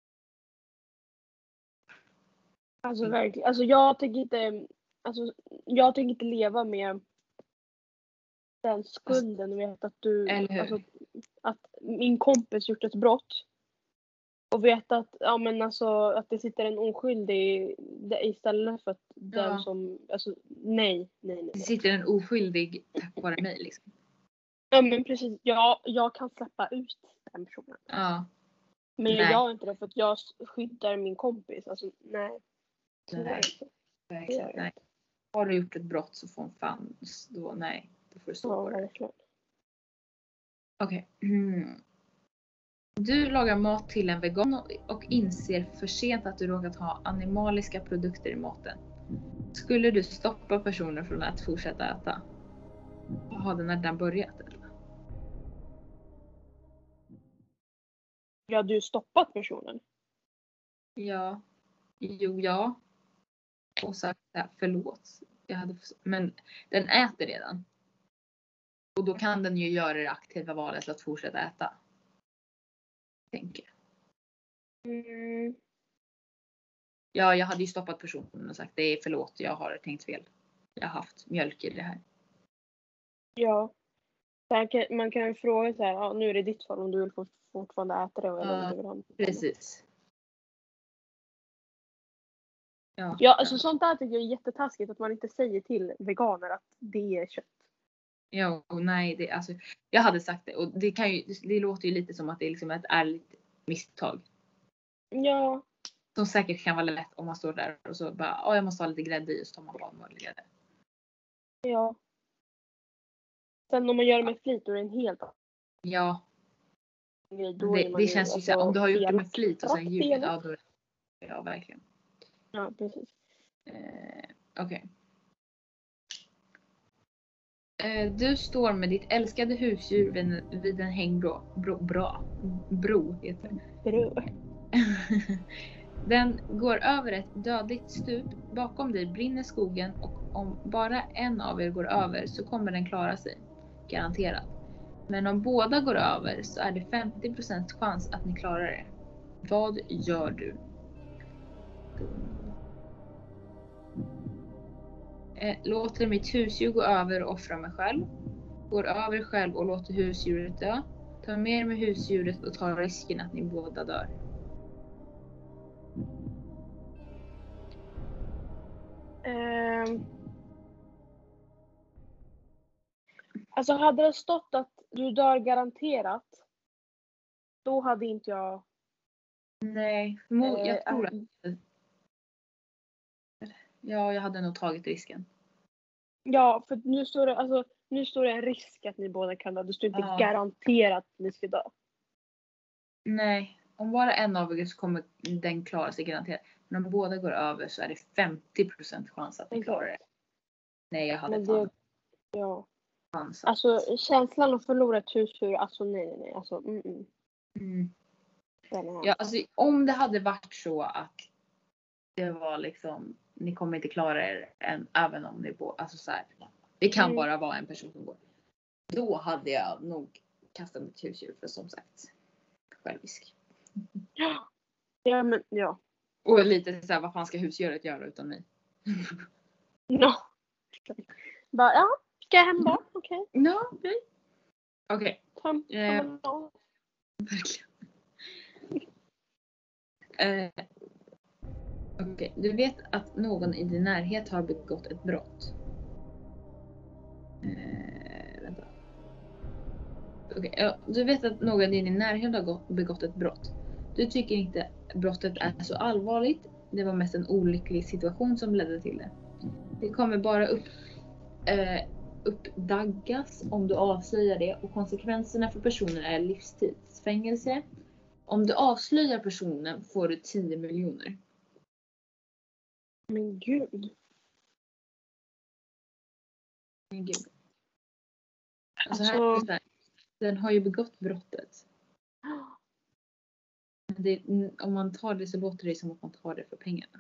Alltså verkligen. Alltså jag tänker inte. Alltså jag tänker inte leva med den skulden och vet att du. Eller hur? Alltså att min kompis gjort ett brott. Och vet att, ja men alltså att det sitter en oskyldig istället för att den Ja. som, alltså nej, nej, nej. Det sitter en oskyldig tack vare mig liksom. Ja men precis, ja, jag kan släppa ut den personen. Ja. Men jag Nej. gör inte det för att jag skyddar min kompis, alltså nej. Nej. Verkligen, nej. Har du gjort ett brott så får fan, då nej. Då får du stå Ja, på det. verkligen. Okej. Okay. Mm. Du lagar mat till en vegan och inser för sent att du råkat ha animaliska produkter i maten. Skulle du stoppa personer från att fortsätta äta? Har den redan börjat? Eller? Ja, du stoppat personen. Ja. Jo, ja. Och sagt ja, förlåt. Jag hade, men den äter redan. Och då kan den ju göra det aktiva valet att fortsätta äta. Tänker jag. Mm. Ja, jag hade ju stoppat personen och sagt det är förlåt, jag har tänkt fel. Jag har haft mjölk i det här. Ja. Man kan, man kan ju fråga så här, ja, nu är det ditt fall om du vill fort- fortfarande äta det eller Ja, om du vill ha det. Precis. Ja, Ja, alltså sånt där tycker jag är jättetaskigt att man inte säger till veganer att det är kött. ja och nej, det, alltså, jag hade sagt det och det, kan ju, det låter ju lite som att det är liksom ett ärligt misstag. Ja, Som säkert kan vara lätt om man står där och så bara, ja jag måste ha lite grädde i och så tar man bara vanlig grädde. ja. Sen om man gör det med flit då är det en helt annan Ja, grej. Då det, är man det ju, känns ju alltså, så här, om du har gjort det med elak. flit och sen Rakt ljugit, elak. ja då är det, ja verkligen. Ja, precis. Eh, Okej. Eh, du står med ditt älskade husdjur vid en, vid en hängbro. Bro, bra. Bro heter det. Bro. Den går över ett dödligt stup. Bakom dig brinner skogen och om bara en av er går över så kommer den klara sig. Garanterat. Men om båda går över så är det femtio procent chans att ni klarar det. Vad gör du? Eh, låter mitt husdjur gå över och offra mig själv. Går över själv och låter husdjuret dö. Ta med med husdjuret och ta risken att ni båda dör. Ehm. Alltså hade det stått att du dör garanterat, då hade inte jag... Nej, mo- Eh, jag tror att... äh, Ja, jag hade nog tagit risken. Ja, för nu står det, alltså, nu står det en risk att ni båda kan dö. Det står inte Ja. garanterat att ni ska dö. Nej, om bara en av er så kommer den klara sig garanterat. Men om båda går över så är det femtio procent chans att ni Exakt. klarar det. Nej, jag hade Men fan det, ja. chans. Alltså känslan att förlora ett husdjur, alltså nej, nej, nej. Alltså, mm, mm. Mm. Den är- Ja, alltså om det hade varit så att det var liksom, ni kommer inte klara er än, även om ni bor, alltså så här, det kan Mm. bara vara en person som går. Då hade jag nog kastat mitt husdjur för som sagt, självisk. Ja. Ja, men ja. Och lite så här, vad fan ska husdjuret göra utan mig? No. Bara, ja, ska jag hem då? Okej. Ja, okej. Okej. Ta, ta Eh. med någon. Verkligen. Eh, Okej, okay. Du vet att någon i din närhet har begått ett brott. Eh, vänta. Okej, okay. Ja, du vet att någon i din närhet har begått ett brott. Du tycker inte brottet är så allvarligt. Det var mest en olycklig situation som ledde till det. Det kommer bara upp, eh, uppdaggas om du avslöjar det och konsekvenserna för personen är livstidsfängelse. Om du avslöjar personen får du tio miljoner. Men gud. Men gud. Alltså, Alltså... här är det här. Den har ju begått brottet. Det, om man tar det så låter det som att man tar det för pengarna.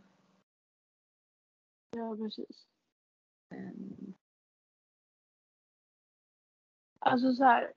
Ja, precis. Um, Alltså så här.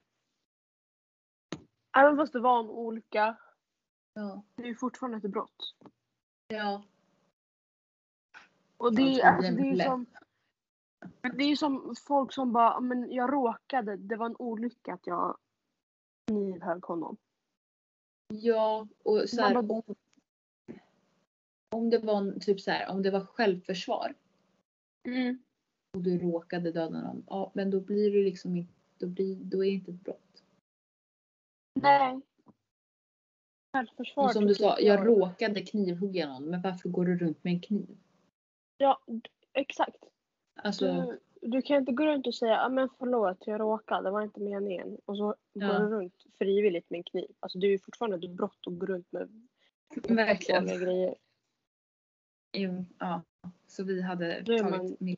Även fast det var en olycka. ja. Det är ju fortfarande ett brott. Ja. Och det är, Ja, alltså, det är ju lätt. som... Det är ju som folk som bara, men jag råkade, det var en olycka att jag knivhögg honom. Ja, och så här, Man bara- om, om det var en- typ så här, om det var självförsvar Mm. och du råkade döda någon, ja, men då blir det liksom inte, då blir, då är det inte ett brott. Nej. Självförsvar Och som du tycker sa, jag jag- råkade knivhugga någon, men varför går du runt med en kniv? Ja, d- exakt. Alltså, Du, du kan inte gå runt och säga, ja men förlåt, jag råkade, det var inte meningen. Och så Ja. går du runt frivilligt med en kniv. Alltså det är ju fortfarande ett brott att gå runt med verkligen. vanliga grejer. Jo, ja. Så vi hade Då är tagit man- min...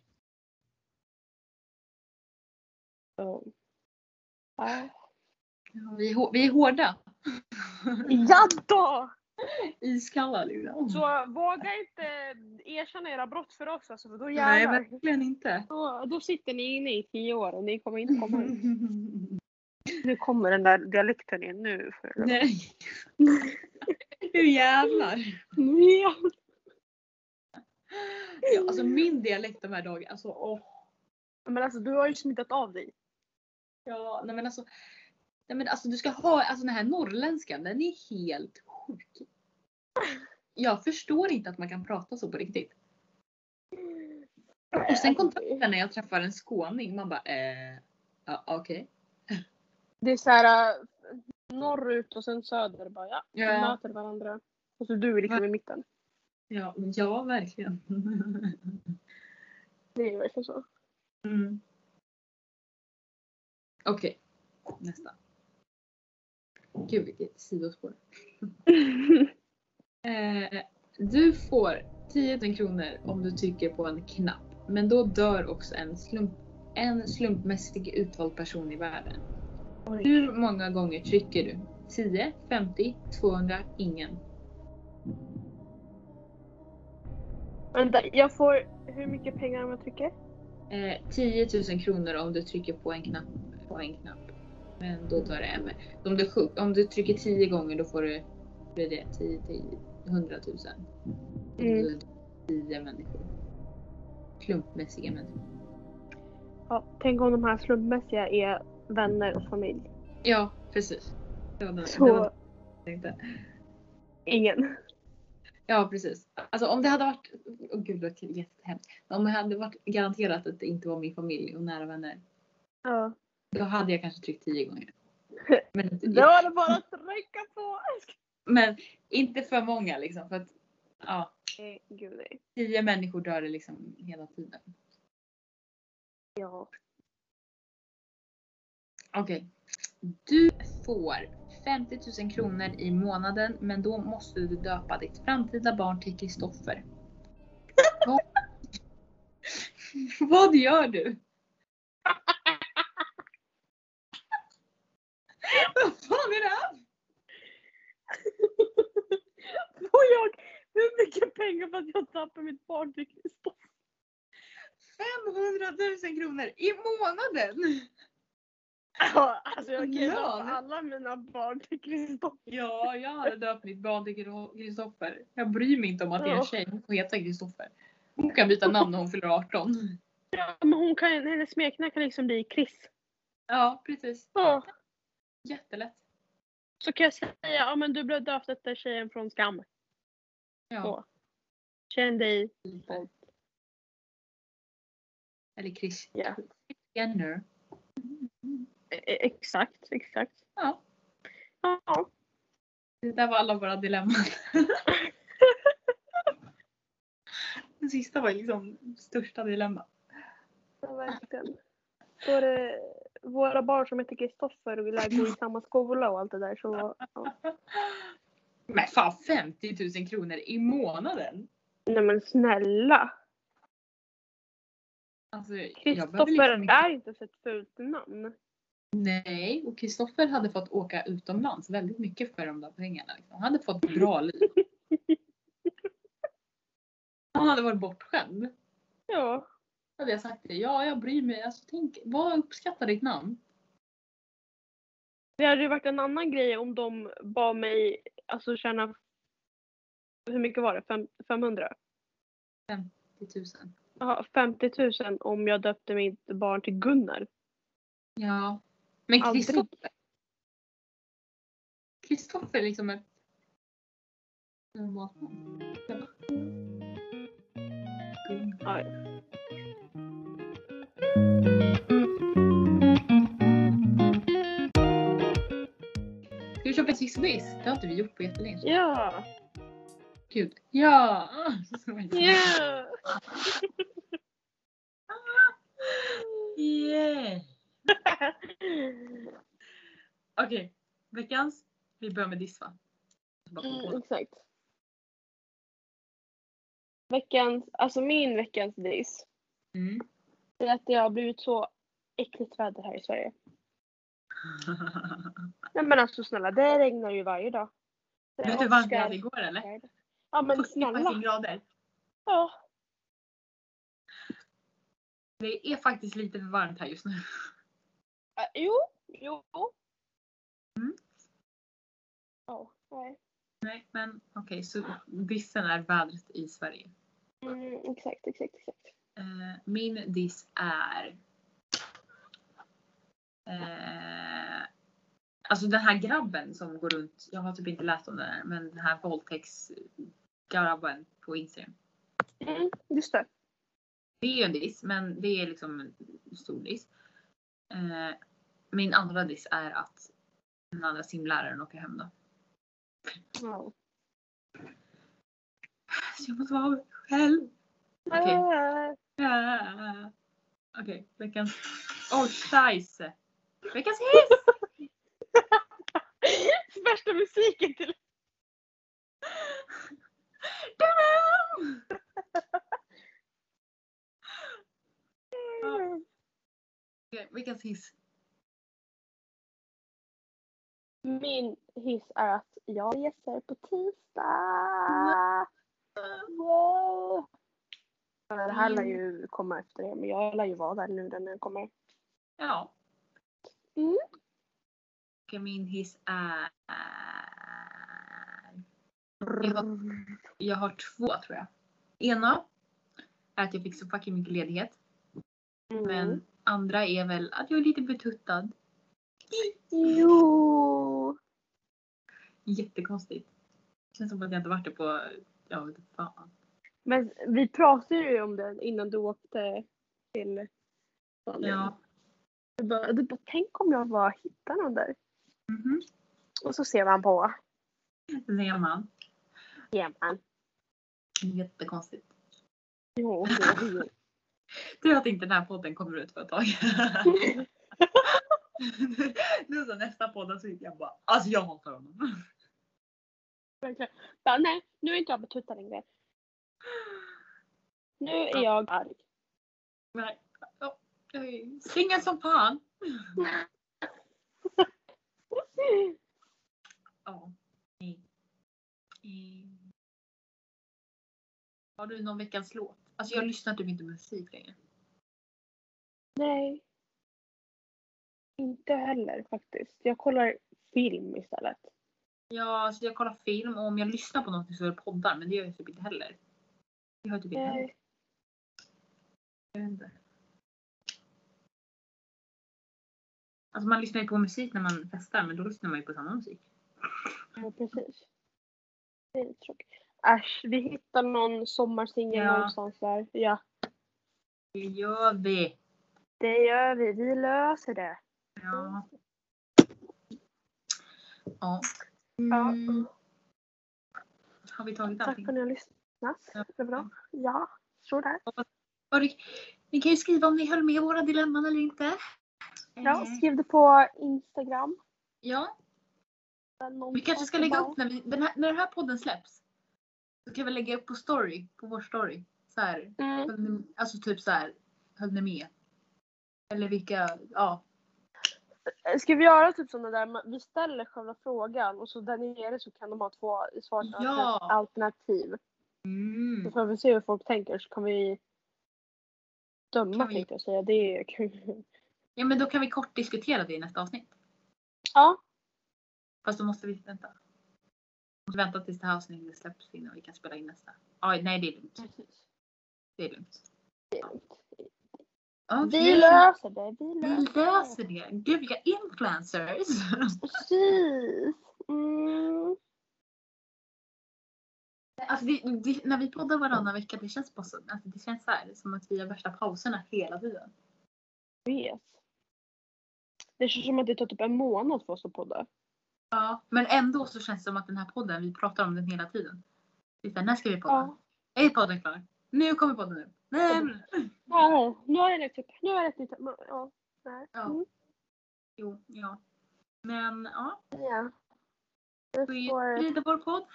Så. Ja. Ja, vi, är hå- vi är hårda. Ja då! Iskalla liksom. Så våga inte erkänna era brott för oss, alltså, för då Nej, jävlar. verkligen inte. Då, då sitter ni inne i tio år och ni kommer inte komma ut. Nu kommer den där dialekten in nu. För... Nej. Hur jävlar? Ja. Ja, alltså min dialekt de här dagarna. Alltså, åh. Men alltså du har ju smittat av dig. Ja, nej men alltså. Nej men alltså du ska ha, alltså den här norrländskan, den är helt sjuk. Jag förstår inte att man kan prata så på riktigt. Och sen kontakten när jag träffar en skåning, man bara, eh, ja okej. Okay. Det är så här uh, norrut och sen söder bara, ja, Ja. de möter varandra. Och så du är liksom i mitten. Ja, ja verkligen. Det är verkligen så. Mm. Okej, okay. Nästa. Gud vilket sidospår. eh, du får tio tusen kronor om du trycker på en knapp. Men då dör också en, slump, en slumpmässig utvald person i världen. Oj. Hur många gånger trycker du? tio, femtio, tvåhundra, ingen. Vänta, jag får hur mycket pengar om jag trycker? Eh, tio tusen kronor om du trycker på en knapp. På en knapp. Men då dör det en. Om du, om du trycker tio gånger då får du blir det tio till hundratusen. Mm. tio människor. Klumpmässiga människor. Ja, tänk om de här slumpmässiga är vänner och familj. Ja, precis. Det var det, Så det var det jag tänkte. ingen. Ja, precis. Alltså om det hade varit, åh gud det var jättehemskt. Om det hade varit garanterat att det inte var min familj och nära vänner. Ja. Då hade jag kanske tryckt tio gånger. Men inte, Då var det bara att trycka på. men inte för många liksom. För att, ja. Nej, gud nej. Tio människor dör det liksom hela tiden. Ja. Okej. Okay. Du får femtio tusen kronor i månaden. Men då måste du döpa ditt framtida barn till Kristoffer. Vad... Vad gör du? Vad fan är det här? Får jag hur mycket pengar för att jag tappar mitt barn till Kristoffer? femhundratusen kronor i månaden. Ja, alltså jag kan Lön. döpa alla mina barn till Kristoffer. Ja, jag hade döpt mitt barn till Kristoffer. Jag bryr mig inte om att det är en tjej. Hon får heta Kristoffer. Hon kan byta namn när hon fyller arton. Ja, men hon kan, hennes smeknamn kan liksom bli Chris. Ja, precis. Ja. Jättelätt. Så kan jag säga, ja men du blev döpt efter tjejen från Skam. Ja. Så. Känn dig. Lite. Eller Chris. Ja. Jenner. E- exakt, exakt. Ja. Ja. Det där var alla våra dilemman. Den sista var liksom största dilemma. Ja, verkligen. Då är det våra barn som heter Kristoffer och vi lär gå i samma skola och allt det där. Så, ja. Men fan, femtio tusen kronor i månaden? Nej men snälla. Alltså, Kristoffer liksom... är inte så ett fult namn. Nej, och Kristoffer hade fått åka utomlands väldigt mycket för de där pengarna. Han hade fått bra liv. Han hade varit bortskämd. Ja. Hade jag sagt det. Ja, jag bryr mig. Alltså, tänk, vad uppskattar ditt namn? Det hade ju varit en annan grej om de bad mig alltså tjäna, hur mycket var det? Fem, femhundra? femtio tusen. Ja, femtio tusen om jag döpte mitt barn till Gunnar. Ja. Men Aldrig. Kristoffer. Kristoffer liksom är... Ja. Ska vi köpa en sixbiss? Det har inte vi gjort på jättelänge. Ja. Gud. Ja. Ja. Yeah. Okej. Okay. Veckans. Vi börjar med diss, va? Mm, exakt. Veckans, alltså min veckans diss. Mm. Det är att det har blivit så äckligt väder här i Sverige. Nej men alltså snälla, det regnar ju varje dag. Det Vet du hur varmt det hade igår eller? Ja men fyrtio snälla. grader. Ja. Det är faktiskt lite för varmt här just nu. Uh, jo, jo. Mm. Ja, nej. Nej, men okej, okay, så dissen är vädret i Sverige. Mm, exakt, exakt, exakt. Eh, min diss är... Eh, alltså den här grabben som går runt. Jag har typ inte läst om den här. Men den här våldtäktsgrabben på Instagram. Mm, just det. Det är ju en diss. Men det är liksom en stor diss. Eh, min andra diss är att den andra simläraren åker hem då. Ja. Så jag måste vara mig själv. Okej. Ah. Ja. Okej, veckans... Åh, oh, scheisse. Veckans hiss! Värsta musiken till. Ja. Okej, veckans hiss. Min hiss är att jag reser på tisdag. Wow. Det här lär ju komma efter det, men jag lär ju vara där nu när den kommer. Ja. Mm. Okej, min hiss är... Jag har, jag har två tror jag. Ena är att jag fick så fucking mycket ledighet. Mm. Men andra är väl att jag är lite betuttad. Jo. Jättekonstigt. Känns som att jag inte varit det på... Ja, vet inte fan. Men vi pratade ju om det innan du åkte till Spanien. Ja. Du bara, du bara, tänk om jag bara hittar någon där. Mhm. Och så ser man på. Ser man. Ja, man. Jättekonstigt. Jo, det är ju. Tur att inte den här podden kommer ut för ett tag. Nu så nästa podden så jag bara, alltså jag hatar honom. Verkligen. Bara, nej, nu är inte jag betuttad längre. Nu är jag arg. Nej. Oh, jag är singel som fan. Ja. Nej. Mm. Har du någon veckans låt? Alltså jag lyssnar typ inte på musik längre. Nej. Inte heller faktiskt. Jag kollar film istället. Ja, alltså jag kollar film och om jag lyssnar på något så är det poddar, men det gör jag typ inte heller. Det har jag typ inte heller. Nej. Jag vet inte. Alltså man lyssnar ju på musik när man festar, men då lyssnar man ju på samma musik. Ja, precis. Det är lite tråkigt. Äsch, vi hittar någon sommarsingel Ja. någonstans där. Ja, Det gör vi. det gör vi. Vi löser det. Ja. Ja. Ja. Mm. Har vi tagit Tack allting? för att ni har lyssnat. Ja. Det är bra. Ja, så där. Och ni, ni kan ju skriva om ni höll med våra dilemman eller inte. Ja, Eh, skriv det på Instagram. ja. Någon Vi kanske ska sak lägga bara. upp när, vi, den här, när den här podden släpps. Så kan vi lägga upp på story. På vår story. Så här. Mm. höll ni- Alltså typ så här. Höll ni med? Eller vilka. Ja. Ska vi göra typ sådana där, vi ställer själva frågan och så där nere så kan de ha två Ja. svarsalternativ. Så Mm. får vi se hur folk tänker så kan vi döma Kan vi- tänkte jag säga. Det är kul. Ja men då kan vi kort diskutera det i nästa avsnitt. Ja, Fast då måste vi vänta. Vi måste vänta tills det här avsnittet släpps innan vi kan spela in nästa. Aj, nej det är lugnt. precis. Det är lugnt. Det är lugnt. Okej. Vi löser det. Vi Vi löser, löser det. Gud vilka influencers. Precis. Mm. Alltså det, det, när vi poddar varannan vecka det känns bara så, alltså det känns så här, som att vi har värsta pauserna hela tiden. Vet. Det känns som att det tar typ en månad för oss att podda. Ja, men ändå så känns det som att den här podden, vi pratar om den hela tiden. Det är så här, när ska vi podda? Ja. Är podden klar? Nu kommer podden upp. Nej, men... Ja, nu har jag rätt upp. Nu har jag rätt upp. Ja. Nej. Ja. Mm. Jo, ja. Men ja, Ja. vi Vi får... sprider vår podd.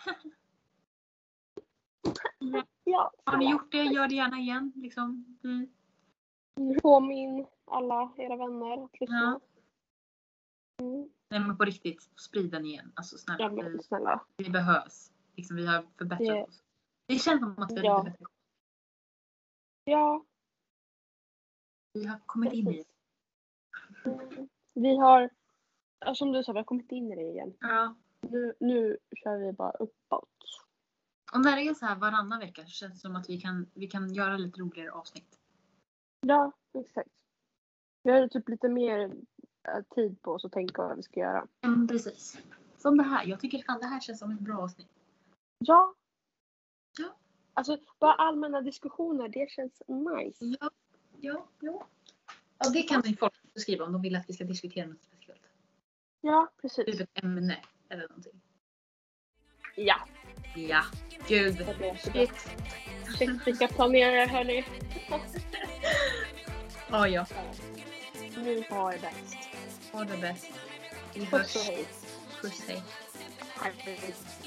Ja. Har ni gjort det, gör det gärna igen. Liksom. Mm. Påminn alla era vänner att lyssna. Ja. Mm. Nej men på riktigt, sprid den igen. Alltså snälla, Ja, men vi, snälla. vi behövs. Liksom, vi har förbättrat Det- oss. Det känns som att vi har Ja. lite bättre. Ja, Vi har kommit in i det. precis. Mm. Vi har, ja, som du sa, vi har kommit in i det igen. Ja. Nu, nu kör vi bara uppåt. Om det är så här varannan vecka så känns det som att vi kan, vi kan göra lite roligare avsnitt. Ja, exakt. Vi har typ lite mer äh, tid på oss att tänka vad vi ska göra. Mm, precis. Som det här. Jag tycker fan det här känns som ett bra avsnitt. Ja. Ja. Alltså, bara allmänna diskussioner, det känns nice. Ja, ja, ja. Ja, det kan ju folk skriva om de vill att vi ska diskutera något speciellt. Ja, precis. Typ ett ämne eller någonting. Ja. Ja, gud. Det blir så Shit. Shit, vilka planerar hörni. Ja, ja. Ni har det bäst. Ha det bäst. Vi Puss och hörs. hej. Puss, hej. Hej.